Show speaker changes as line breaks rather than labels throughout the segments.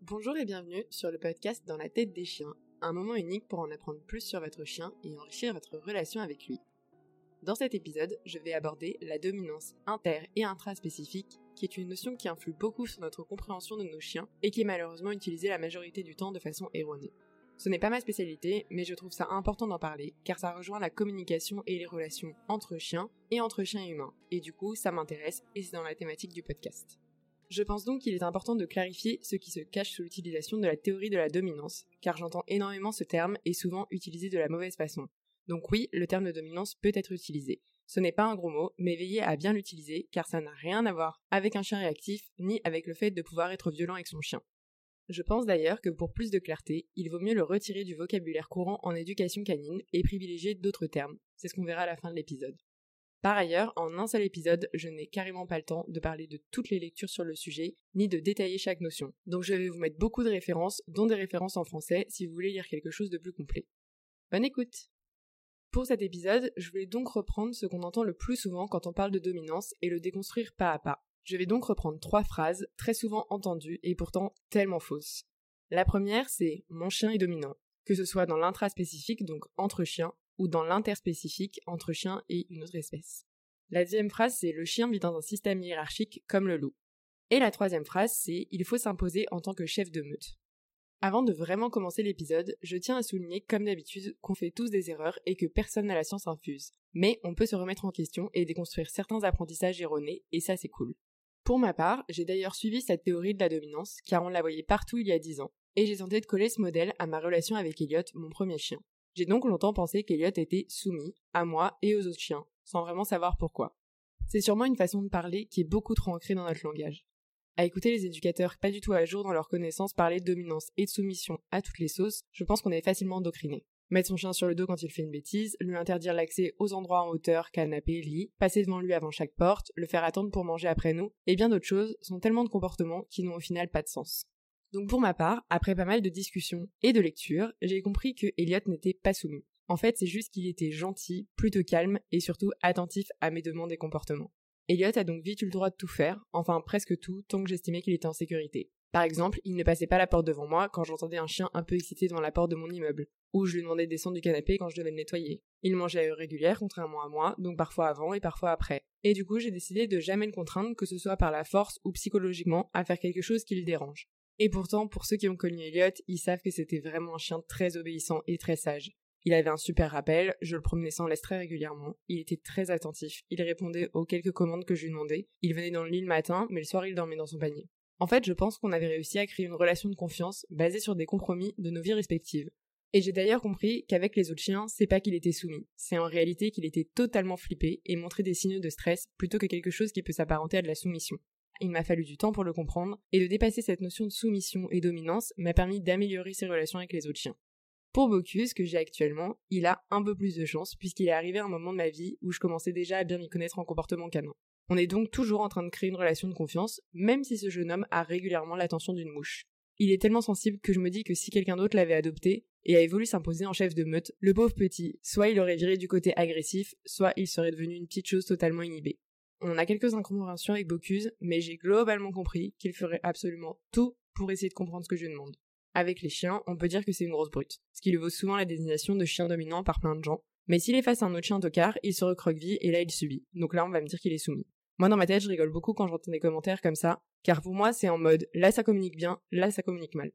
Bonjour et bienvenue sur le podcast Dans la tête des chiens, un moment unique pour en apprendre plus sur votre chien et enrichir votre relation avec lui. Dans cet épisode, je vais aborder la dominance inter- et intraspécifique, qui est une notion qui influe beaucoup sur notre compréhension de nos chiens et qui est malheureusement utilisée la majorité du temps de façon erronée. Ce n'est pas ma spécialité, mais je trouve ça important d'en parler, car ça rejoint la communication et les relations entre chiens et humains, et du coup ça m'intéresse et c'est dans la thématique du podcast. Je pense donc qu'il est important de clarifier ce qui se cache sous l'utilisation de la théorie de la dominance, car j'entends énormément ce terme et souvent utilisé de la mauvaise façon. Donc oui, le terme de dominance peut être utilisé. Ce n'est pas un gros mot, mais veillez à bien l'utiliser, car ça n'a rien à voir avec un chien réactif, ni avec le fait de pouvoir être violent avec son chien. Je pense d'ailleurs que pour plus de clarté, il vaut mieux le retirer du vocabulaire courant en éducation canine et privilégier d'autres termes. C'est ce qu'on verra à la fin de l'épisode. Par ailleurs, en un seul épisode, je n'ai carrément pas le temps de parler de toutes les lectures sur le sujet, ni de détailler chaque notion. Donc je vais vous mettre beaucoup de références, dont des références en français, si vous voulez lire quelque chose de plus complet. Bonne écoute! Pour cet épisode, je voulais donc reprendre ce qu'on entend le plus souvent quand on parle de dominance et le déconstruire pas à pas. Je vais donc reprendre 3 phrases, très souvent entendues et pourtant tellement fausses. La première, c'est « mon chien est dominant », que ce soit dans l'intraspécifique, donc entre chiens, ou dans l'interspécifique, entre chiens et une autre espèce. La deuxième phrase, c'est « le chien vit dans un système hiérarchique comme le loup ». Et la troisième phrase, c'est « il faut s'imposer en tant que chef de meute ». Avant de vraiment commencer l'épisode, je tiens à souligner, comme d'habitude, qu'on fait tous des erreurs et que personne n'a la science infuse. Mais on peut se remettre en question et déconstruire certains apprentissages erronés, et ça c'est cool. Pour ma part, j'ai d'ailleurs suivi cette théorie de la dominance, car on la voyait partout il y a 10 ans, et j'ai tenté de coller ce modèle à ma relation avec Elliot, mon premier chien. J'ai donc longtemps pensé qu'Elliot était soumis, à moi et aux autres chiens, sans vraiment savoir pourquoi. C'est sûrement une façon de parler qui est beaucoup trop ancrée dans notre langage. À écouter les éducateurs pas du tout à jour dans leurs connaissances parler de dominance et de soumission à toutes les sauces, je pense qu'on est facilement endoctriné. Mettre son chien sur le dos quand il fait une bêtise, lui interdire l'accès aux endroits en hauteur, canapé, lit, passer devant lui avant chaque porte, le faire attendre pour manger après nous, et bien d'autres choses sont tellement de comportements qui n'ont au final pas de sens. Donc pour ma part, après pas mal de discussions et de lectures, j'ai compris que Elliot n'était pas soumis. En fait, c'est juste qu'il était gentil, plutôt calme et surtout attentif à mes demandes et comportements. Elliot a donc vite eu le droit de tout faire, enfin presque tout, tant que j'estimais qu'il était en sécurité. Par exemple, il ne passait pas la porte devant moi quand j'entendais un chien un peu excité devant la porte de mon immeuble, ou je lui demandais de descendre du canapé quand je devais le nettoyer. Il mangeait à heure régulière, contrairement à moi, donc parfois avant et parfois après. Et du coup, j'ai décidé de jamais le contraindre, que ce soit par la force ou psychologiquement, à faire quelque chose qui le dérange. Et pourtant, pour ceux qui ont connu Elliot, ils savent que c'était vraiment un chien très obéissant et très sage. Il avait un super rappel, je le promenais sans laisse très régulièrement, il était très attentif, il répondait aux quelques commandes que je lui demandais, il venait dans le lit le matin, mais le soir il dormait dans son panier. En fait, je pense qu'on avait réussi à créer une relation de confiance basée sur des compromis de nos vies respectives. Et j'ai d'ailleurs compris qu'avec les autres chiens, c'est pas qu'il était soumis, c'est en réalité qu'il était totalement flippé et montrait des signaux de stress plutôt que quelque chose qui peut s'apparenter à de la soumission. Il m'a fallu du temps pour le comprendre, et de dépasser cette notion de soumission et dominance m'a permis d'améliorer ses relations avec les autres chiens. Pour Bocuse, que j'ai actuellement, il a un peu plus de chance puisqu'il est arrivé à un moment de ma vie où je commençais déjà à bien m'y connaître en comportement canin. On est donc toujours en train de créer une relation de confiance, même si ce jeune homme a régulièrement l'attention d'une mouche. Il est tellement sensible que je me dis que si quelqu'un d'autre l'avait adopté et avait voulu s'imposer en chef de meute, le pauvre petit, soit il aurait viré du côté agressif, soit il serait devenu une petite chose totalement inhibée. On a quelques incompréhensions avec Bocuse, mais j'ai globalement compris qu'il ferait absolument tout pour essayer de comprendre ce que je lui demande. Avec les chiens, on peut dire que c'est une grosse brute, ce qui lui vaut souvent la désignation de chien dominant par plein de gens, mais s'il est face à un autre chien tocard, il se recroqueville et là il subit, donc là on va me dire qu'il est soumis. Moi dans ma tête je rigole beaucoup quand j'entends des commentaires comme ça, car pour moi c'est en mode là ça communique bien, là ça communique mal.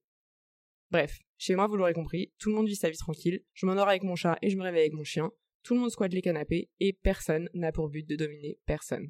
Bref, chez moi vous l'aurez compris, tout le monde vit sa vie tranquille, je m'endors avec mon chat et je me réveille avec mon chien, tout le monde squatte les canapés et personne n'a pour but de dominer personne.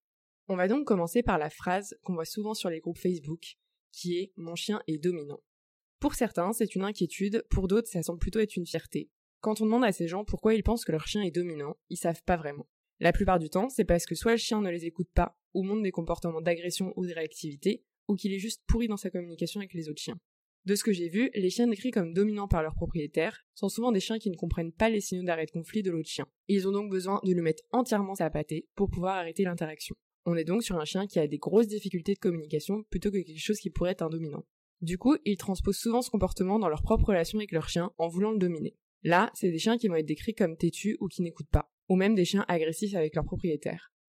On va donc commencer par la phrase qu'on voit souvent sur les groupes Facebook, qui est « mon chien est dominant ». Pour certains, c'est une inquiétude, pour d'autres, ça semble plutôt être une fierté. Quand on demande à ces gens pourquoi ils pensent que leur chien est dominant, ils savent pas vraiment. La plupart du temps, c'est parce que soit le chien ne les écoute pas, ou montre des comportements d'agression ou de réactivité, ou qu'il est juste pourri dans sa communication avec les autres chiens. De ce que j'ai vu, les chiens décrits comme dominants par leur propriétaire sont souvent des chiens qui ne comprennent pas les signaux d'arrêt de conflit de l'autre chien. Ils ont donc besoin de lui mettre entièrement sa pâtée pour pouvoir arrêter l'interaction. On est donc sur un chien qui a des grosses difficultés de communication plutôt que quelque chose qui pourrait être un dominant. Du coup, ils transposent souvent ce comportement dans leur propre relation avec leur chien en voulant le dominer. Là, c'est des chiens qui vont être décrits comme têtus ou qui n'écoutent pas, ou même des chiens agressifs avec leur propriétaire.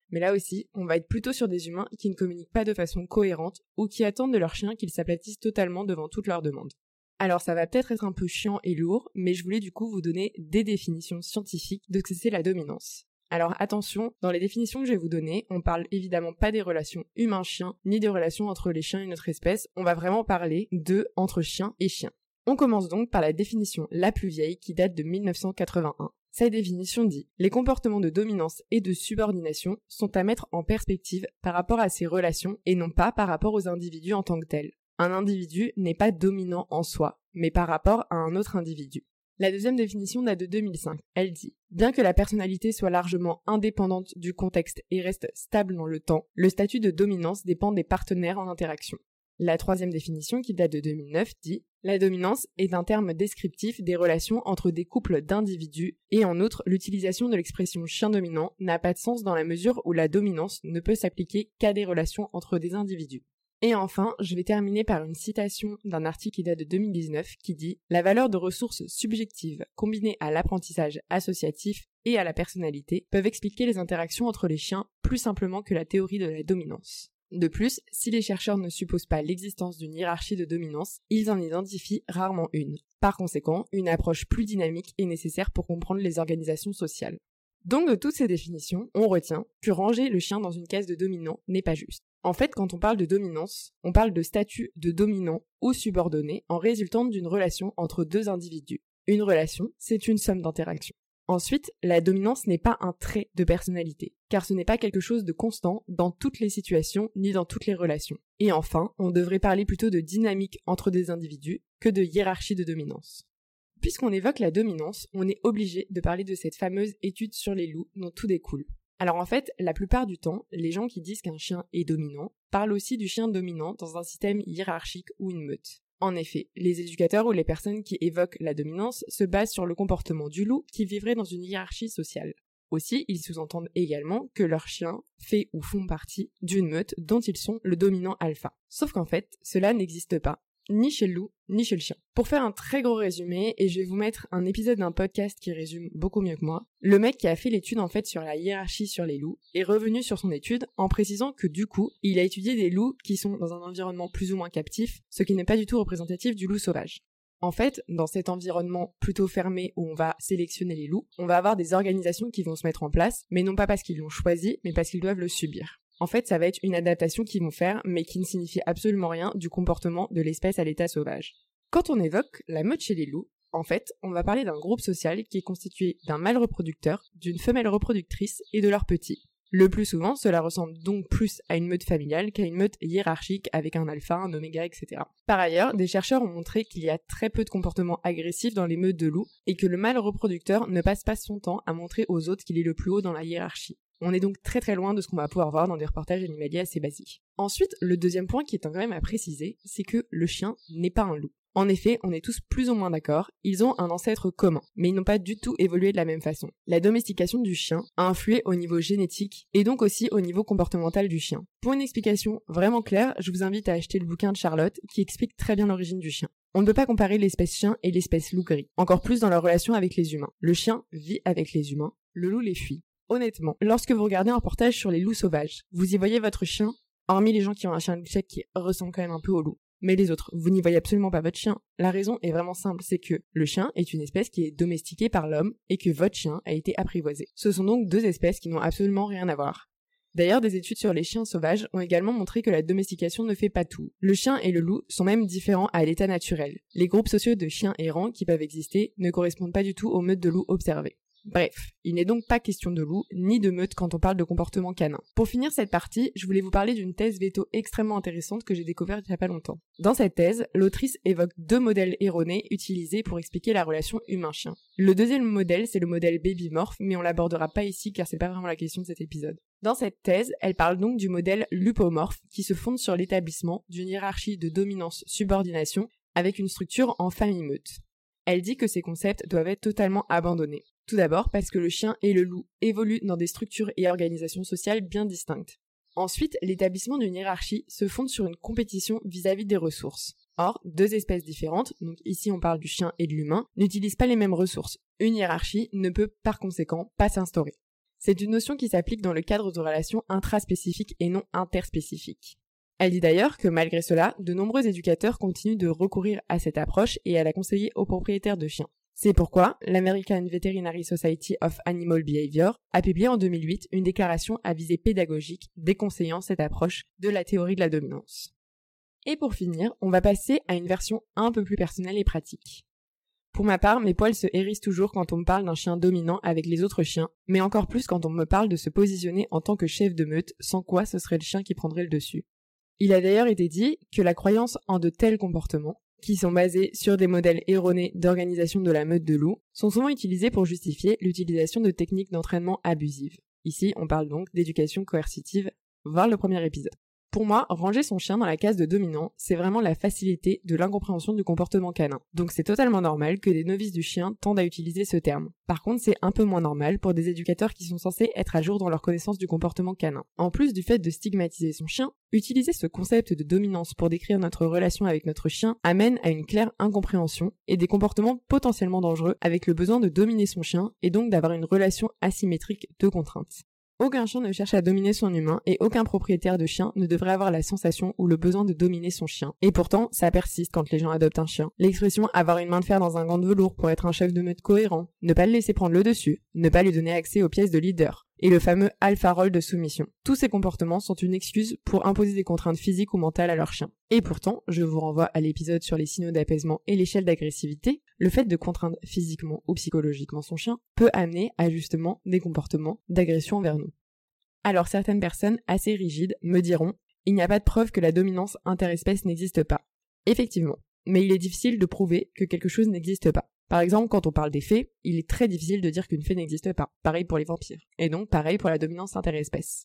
Mais là aussi, on va être plutôt sur des humains qui ne communiquent pas de façon cohérente ou qui attendent de leur chien qu'ils s'aplatissent totalement devant toutes leurs demandes. Alors ça va peut-être être un peu chiant et lourd, mais je voulais du coup vous donner des définitions scientifiques de ce que c'est la dominance. Alors attention, dans les définitions que je vais vous donner, on parle évidemment pas des relations humain-chien, ni des relations entre les chiens et une autre espèce, on va vraiment parler entre chien et chien. On commence donc par la définition la plus vieille qui date de 1981. Cette définition dit « Les comportements de dominance et de subordination sont à mettre en perspective par rapport à ces relations et non pas par rapport aux individus en tant que tels. Un individu n'est pas dominant en soi, mais par rapport à un autre individu. » La deuxième définition date de 2005. Elle dit « Bien que la personnalité soit largement indépendante du contexte et reste stable dans le temps, le statut de dominance dépend des partenaires en interaction. » La troisième définition, qui date de 2009, dit « La dominance est un terme descriptif des relations entre des couples d'individus et en outre, l'utilisation de l'expression chien dominant n'a pas de sens dans la mesure où la dominance ne peut s'appliquer qu'à des relations entre des individus. » Et enfin, je vais terminer par une citation d'un article qui date de 2019 qui dit « La valeur de ressources subjectives combinée à l'apprentissage associatif et à la personnalité peuvent expliquer les interactions entre les chiens plus simplement que la théorie de la dominance. » De plus, si les chercheurs ne supposent pas l'existence d'une hiérarchie de dominance, ils en identifient rarement une. Par conséquent, une approche plus dynamique est nécessaire pour comprendre les organisations sociales. Donc de toutes ces définitions, on retient que ranger le chien dans une case de dominant n'est pas juste. En fait, quand on parle de dominance, on parle de statut de dominant ou subordonné en résultant d'une relation entre deux individus. Une relation, c'est une somme d'interactions. Ensuite, la dominance n'est pas un trait de personnalité, car ce n'est pas quelque chose de constant dans toutes les situations ni dans toutes les relations. Et enfin, on devrait parler plutôt de dynamique entre des individus que de hiérarchie de dominance. Puisqu'on évoque la dominance, on est obligé de parler de cette fameuse étude sur les loups dont tout découle. Alors en fait, la plupart du temps, les gens qui disent qu'un chien est dominant parlent aussi du chien dominant dans un système hiérarchique ou une meute. En effet, les éducateurs ou les personnes qui évoquent la dominance se basent sur le comportement du loup qui vivrait dans une hiérarchie sociale. Aussi, ils sous-entendent également que leur chien fait ou font partie d'une meute dont ils sont le dominant alpha. Sauf qu'en fait, cela n'existe pas, ni chez le loup, ni chez le chien. Pour faire un très gros résumé, et je vais vous mettre un épisode d'un podcast qui résume beaucoup mieux que moi, le mec qui a fait l'étude en fait sur la hiérarchie sur les loups est revenu sur son étude en précisant que du coup, il a étudié des loups qui sont dans un environnement plus ou moins captif, ce qui n'est pas du tout représentatif du loup sauvage. En fait, dans cet environnement plutôt fermé où on va sélectionner les loups, on va avoir des organisations qui vont se mettre en place, mais non pas parce qu'ils l'ont choisi, mais parce qu'ils doivent le subir. En fait, ça va être une adaptation qu'ils vont faire, mais qui ne signifie absolument rien du comportement de l'espèce à l'état sauvage. Quand on évoque la meute chez les loups, en fait, on va parler d'un groupe social qui est constitué d'un mâle reproducteur, d'une femelle reproductrice et de leurs petits. Le plus souvent, cela ressemble donc plus à une meute familiale qu'à une meute hiérarchique avec un alpha, un oméga, etc. Par ailleurs, des chercheurs ont montré qu'il y a très peu de comportements agressifs dans les meutes de loups et que le mâle reproducteur ne passe pas son temps à montrer aux autres qu'il est le plus haut dans la hiérarchie. On est donc très très loin de ce qu'on va pouvoir voir dans des reportages animaliers assez basiques. Ensuite, le deuxième point qui est quand même à préciser, c'est que le chien n'est pas un loup. En effet, on est tous plus ou moins d'accord, ils ont un ancêtre commun, mais ils n'ont pas du tout évolué de la même façon. La domestication du chien a influé au niveau génétique et donc aussi au niveau comportemental du chien. Pour une explication vraiment claire, je vous invite à acheter le bouquin de Charlotte qui explique très bien l'origine du chien. On ne peut pas comparer l'espèce chien et l'espèce loup gris, encore plus dans leur relation avec les humains. Le chien vit avec les humains, le loup les fuit. Honnêtement, lorsque vous regardez un reportage sur les loups sauvages, vous y voyez votre chien, hormis les gens qui ont un chien de check qui ressemble quand même un peu au loup. Mais les autres, vous n'y voyez absolument pas votre chien. La raison est vraiment simple, c'est que le chien est une espèce qui est domestiquée par l'homme et que votre chien a été apprivoisé. Ce sont donc deux espèces qui n'ont absolument rien à voir. D'ailleurs, des études sur les chiens sauvages ont également montré que la domestication ne fait pas tout. Le chien et le loup sont même différents à l'état naturel. Les groupes sociaux de chiens errants qui peuvent exister ne correspondent pas du tout aux meutes de loups observées. Bref, il n'est donc pas question de loup ni de meute quand on parle de comportement canin. Pour finir cette partie, je voulais vous parler d'une thèse veto extrêmement intéressante que j'ai découverte il n'y a pas longtemps. Dans cette thèse, l'autrice évoque deux modèles erronés utilisés pour expliquer la relation humain-chien. Le deuxième modèle, c'est le modèle babymorphe, mais on l'abordera pas ici car c'est pas vraiment la question de cet épisode. Dans cette thèse, elle parle donc du modèle lupomorphe qui se fonde sur l'établissement d'une hiérarchie de dominance-subordination avec une structure en famille-meute. Elle dit que ces concepts doivent être totalement abandonnés. Tout d'abord parce que le chien et le loup évoluent dans des structures et organisations sociales bien distinctes. Ensuite, l'établissement d'une hiérarchie se fonde sur une compétition vis-à-vis des ressources. Or, deux espèces différentes, donc ici on parle du chien et de l'humain, n'utilisent pas les mêmes ressources. Une hiérarchie ne peut par conséquent pas s'instaurer. C'est une notion qui s'applique dans le cadre de relations intraspécifiques et non interspécifiques. Elle dit d'ailleurs que malgré cela, de nombreux éducateurs continuent de recourir à cette approche et à la conseiller aux propriétaires de chiens. C'est pourquoi l'American Veterinary Society of Animal Behavior a publié en 2008 une déclaration à visée pédagogique déconseillant cette approche de la théorie de la dominance. Et pour finir, on va passer à une version un peu plus personnelle et pratique. Pour ma part, mes poils se hérissent toujours quand on me parle d'un chien dominant avec les autres chiens, mais encore plus quand on me parle de se positionner en tant que chef de meute, sans quoi ce serait le chien qui prendrait le dessus. Il a d'ailleurs été dit que la croyance en de tels comportements, qui sont basés sur des modèles erronés d'organisation de la meute de loups, sont souvent utilisés pour justifier l'utilisation de techniques d'entraînement abusives. Ici, on parle donc d'éducation coercitive, voir le premier épisode. Pour moi, ranger son chien dans la case de dominant, c'est vraiment la facilité de l'incompréhension du comportement canin. Donc c'est totalement normal que des novices du chien tendent à utiliser ce terme. Par contre, c'est un peu moins normal pour des éducateurs qui sont censés être à jour dans leur connaissance du comportement canin. En plus du fait de stigmatiser son chien, utiliser ce concept de dominance pour décrire notre relation avec notre chien amène à une claire incompréhension et des comportements potentiellement dangereux avec le besoin de dominer son chien et donc d'avoir une relation asymétrique de contrainte. Aucun chien ne cherche à dominer son humain et aucun propriétaire de chien ne devrait avoir la sensation ou le besoin de dominer son chien. Et pourtant, ça persiste quand les gens adoptent un chien. L'expression « avoir une main de fer dans un gant de velours pour être un chef de meute cohérent », ne pas le laisser prendre le dessus, ne pas lui donner accès aux pièces de leader, et le fameux alpha rôle de soumission. Tous ces comportements sont une excuse pour imposer des contraintes physiques ou mentales à leur chien. Et pourtant, je vous renvoie à l'épisode sur les signaux d'apaisement et l'échelle d'agressivité, le fait de contraindre physiquement ou psychologiquement son chien peut amener à justement des comportements d'agression envers nous. Alors certaines personnes assez rigides me diront « il n'y a pas de preuve que la dominance interespèce n'existe pas ». Effectivement, mais il est difficile de prouver que quelque chose n'existe pas. Par exemple, quand on parle des fées, il est très difficile de dire qu'une fée n'existe pas. Pareil pour les vampires. Et donc pareil pour la dominance interespèce.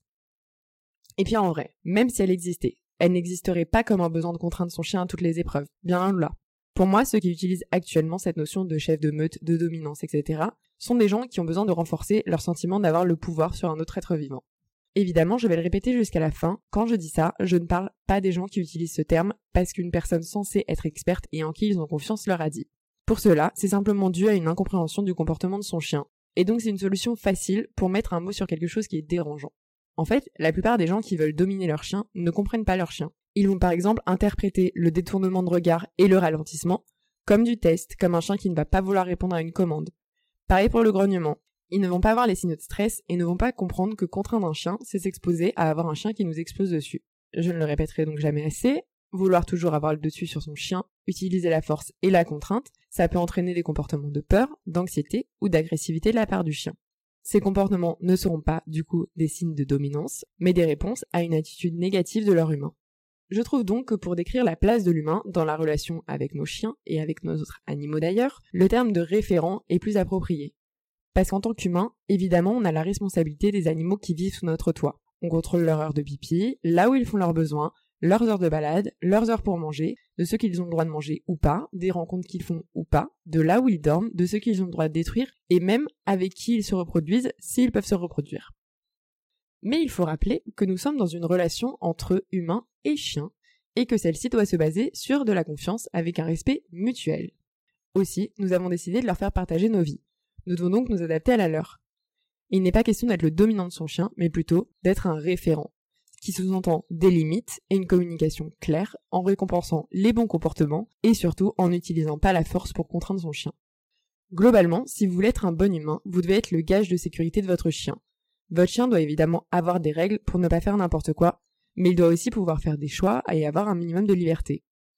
Et puis en vrai, même si elle existait, elle n'existerait pas comme un besoin de contraindre son chien à toutes les épreuves. Bien loin de là. Pour moi, ceux qui utilisent actuellement cette notion de chef de meute, de dominance, etc., sont des gens qui ont besoin de renforcer leur sentiment d'avoir le pouvoir sur un autre être vivant. Évidemment, je vais le répéter jusqu'à la fin, quand je dis ça, je ne parle pas des gens qui utilisent ce terme parce qu'une personne censée être experte et en qui ils ont confiance leur a dit. Pour cela, c'est simplement dû à une incompréhension du comportement de son chien, et donc c'est une solution facile pour mettre un mot sur quelque chose qui est dérangeant. En fait, la plupart des gens qui veulent dominer leur chien ne comprennent pas leur chien. Ils vont par exemple interpréter le détournement de regard et le ralentissement comme du test, comme un chien qui ne va pas vouloir répondre à une commande. Pareil pour le grognement. Ils ne vont pas voir les signaux de stress et ne vont pas comprendre que contraindre un chien, c'est s'exposer à avoir un chien qui nous explose dessus. Je ne le répéterai donc jamais assez, vouloir toujours avoir le dessus sur son chien, utiliser la force et la contrainte, ça peut entraîner des comportements de peur, d'anxiété ou d'agressivité de la part du chien. Ces comportements ne seront pas, du coup, des signes de dominance, mais des réponses à une attitude négative de leur humain. Je trouve donc que pour décrire la place de l'humain dans la relation avec nos chiens et avec nos autres animaux d'ailleurs, le terme de référent est plus approprié. Parce qu'en tant qu'humain, évidemment, on a la responsabilité des animaux qui vivent sous notre toit. On contrôle leur heure de pipi, là où ils font leurs besoins, leurs heures de balade, leurs heures pour manger, de ce qu'ils ont le droit de manger ou pas, des rencontres qu'ils font ou pas, de là où ils dorment, de ce qu'ils ont le droit de détruire, et même avec qui ils se reproduisent, s'ils peuvent se reproduire. Mais il faut rappeler que nous sommes dans une relation entre humains et chiens, et que celle-ci doit se baser sur de la confiance avec un respect mutuel. Aussi, nous avons décidé de leur faire partager nos vies. Nous devons donc nous adapter à la leur. Il n'est pas question d'être le dominant de son chien, mais plutôt d'être un référent, qui sous-entend des limites et une communication claire en récompensant les bons comportements et surtout en n'utilisant pas la force pour contraindre son chien. Globalement, si vous voulez être un bon humain, vous devez être le gage de sécurité de votre chien. Votre chien doit évidemment avoir des règles pour ne pas faire n'importe quoi, mais il doit aussi pouvoir faire des choix et avoir un minimum de liberté.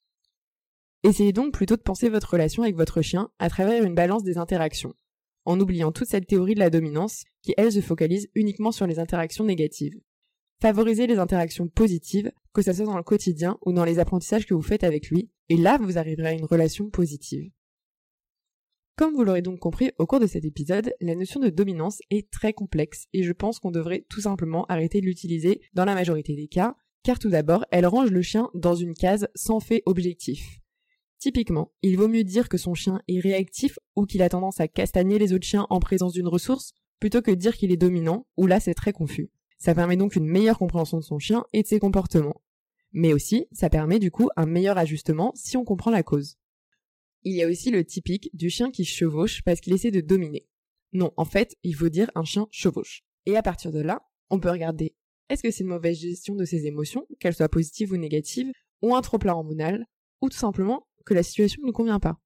Essayez donc plutôt de penser votre relation avec votre chien à travers une balance des interactions, en oubliant toute cette théorie de la dominance qui, elle, se focalise uniquement sur les interactions négatives. Favorisez les interactions positives, que ce soit dans le quotidien ou dans les apprentissages que vous faites avec lui, et là vous arriverez à une relation positive. Comme vous l'aurez donc compris au cours de cet épisode, la notion de dominance est très complexe et je pense qu'on devrait tout simplement arrêter de l'utiliser dans la majorité des cas, car tout d'abord, elle range le chien dans une case sans fait objectif. Typiquement, il vaut mieux dire que son chien est réactif ou qu'il a tendance à castagner les autres chiens en présence d'une ressource, plutôt que de dire qu'il est dominant, où là c'est très confus. Ça permet donc une meilleure compréhension de son chien et de ses comportements. Mais aussi, ça permet du coup un meilleur ajustement si on comprend la cause. Il y a aussi le typique du chien qui chevauche parce qu'il essaie de dominer. Non, en fait, il faut dire un chien chevauche. Et à partir de là, on peut regarder est-ce que c'est une mauvaise gestion de ses émotions, qu'elles soient positives ou négatives, ou un trop-plein hormonal, ou tout simplement que la situation ne nous convient pas.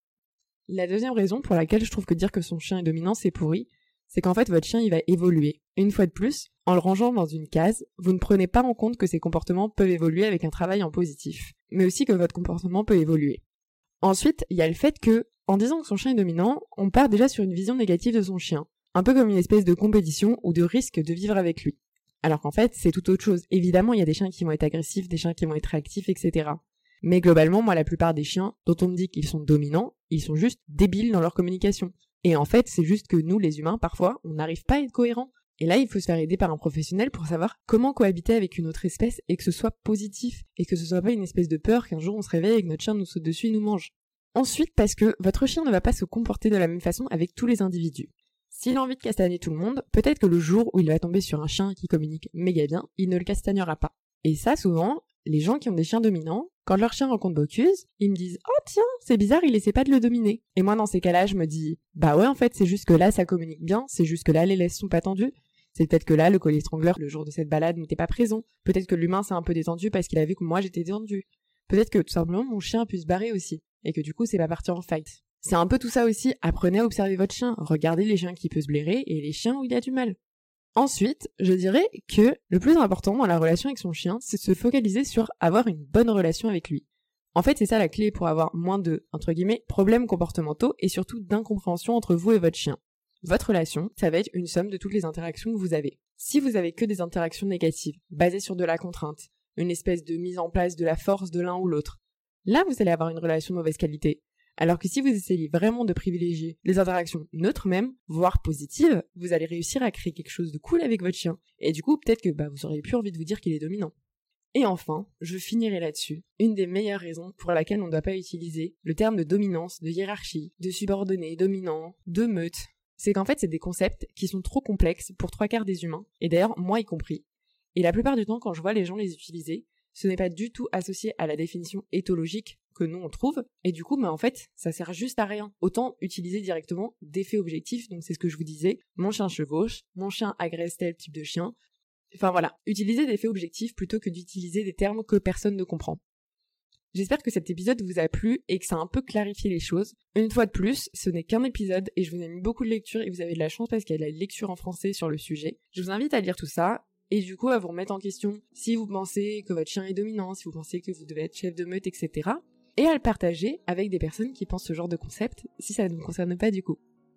La deuxième raison pour laquelle je trouve que dire que son chien est dominant c'est pourri, c'est qu'en fait votre chien il va évoluer. Une fois de plus, en le rangeant dans une case, vous ne prenez pas en compte que ses comportements peuvent évoluer avec un travail en positif, mais aussi que votre comportement peut évoluer. Ensuite, il y a le fait que, en disant que son chien est dominant, on part déjà sur une vision négative de son chien, un peu comme une espèce de compétition ou de risque de vivre avec lui. Alors qu'en fait, c'est tout autre chose. Évidemment, il y a des chiens qui vont être agressifs, des chiens qui vont être réactifs, etc. Mais globalement, moi, la plupart des chiens dont on me dit qu'ils sont dominants, ils sont juste débiles dans leur communication. Et en fait, c'est juste que nous, les humains, parfois, on n'arrive pas à être cohérents. Et là, il faut se faire aider par un professionnel pour savoir comment cohabiter avec une autre espèce et que ce soit positif, et que ce soit pas une espèce de peur qu'un jour on se réveille et que notre chien nous saute dessus et nous mange. Ensuite, parce que votre chien ne va pas se comporter de la même façon avec tous les individus. S'il a envie de castagner tout le monde, peut-être que le jour où il va tomber sur un chien qui communique méga bien, il ne le castagnera pas. Et ça, souvent, les gens qui ont des chiens dominants, quand leur chien rencontre Bocuse, ils me disent « Oh tiens, c'est bizarre, il essaie pas de le dominer. » Et moi, dans ces cas-là, je me dis « Bah ouais, en fait, c'est juste que là, ça communique bien, c'est juste que là, les laisses sont pas tendues. C'est peut-être que là, le collier strangleur, le jour de cette balade, n'était pas présent. Peut-être que l'humain s'est un peu détendu parce qu'il a vu que moi, j'étais détendue. Peut-être que, tout simplement, mon chien a pu se barrer aussi. Et que du coup, c'est pas parti en fight. » C'est un peu tout ça aussi, apprenez à observer votre chien, regardez les chiens qui peuvent se blairer et les chiens où il y a du mal. Ensuite, je dirais que le plus important dans la relation avec son chien, c'est de se focaliser sur avoir une bonne relation avec lui. En fait, c'est ça la clé pour avoir moins de, entre guillemets, problèmes comportementaux et surtout d'incompréhension entre vous et votre chien. Votre relation, ça va être une somme de toutes les interactions que vous avez. Si vous avez que des interactions négatives, basées sur de la contrainte, une espèce de mise en place de la force de l'un ou l'autre, là vous allez avoir une relation de mauvaise qualité. Alors que si vous essayez vraiment de privilégier les interactions neutres même, voire positives, vous allez réussir à créer quelque chose de cool avec votre chien. Et du coup, peut-être que vous auriez plus envie de vous dire qu'il est dominant. Et enfin, je finirai là-dessus, une des meilleures raisons pour laquelle on ne doit pas utiliser le terme de dominance, de hiérarchie, de subordonné, dominant, de meute, c'est qu'en fait c'est des concepts qui sont trop complexes pour 3/4 des humains, et d'ailleurs moi y compris. Et la plupart du temps quand je vois les gens les utiliser, ce n'est pas du tout associé à la définition éthologique que nous on trouve, et du coup en fait ça sert juste à rien. Autant utiliser directement des faits objectifs, donc c'est ce que je vous disais, mon chien chevauche, mon chien agresse tel type de chien, enfin voilà, utiliser des faits objectifs plutôt que d'utiliser des termes que personne ne comprend. J'espère que cet épisode vous a plu et que ça a un peu clarifié les choses. Une fois de plus, ce n'est qu'un épisode et je vous ai mis beaucoup de lectures et vous avez de la chance parce qu'il y a de la lecture en français sur le sujet. Je vous invite à lire tout ça. Et du coup, à vous remettre en question si vous pensez que votre chien est dominant, si vous pensez que vous devez être chef de meute, etc. Et à le partager avec des personnes qui pensent ce genre de concept, si ça ne vous concerne pas du coup.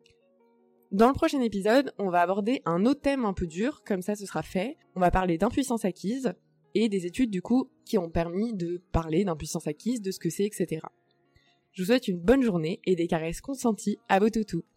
Dans le prochain épisode, on va aborder un autre thème un peu dur, comme ça ce sera fait. On va parler d'impuissance acquise, et des études du coup qui ont permis de parler d'impuissance acquise, de ce que c'est, etc. Je vous souhaite une bonne journée et des caresses consenties à vos toutous.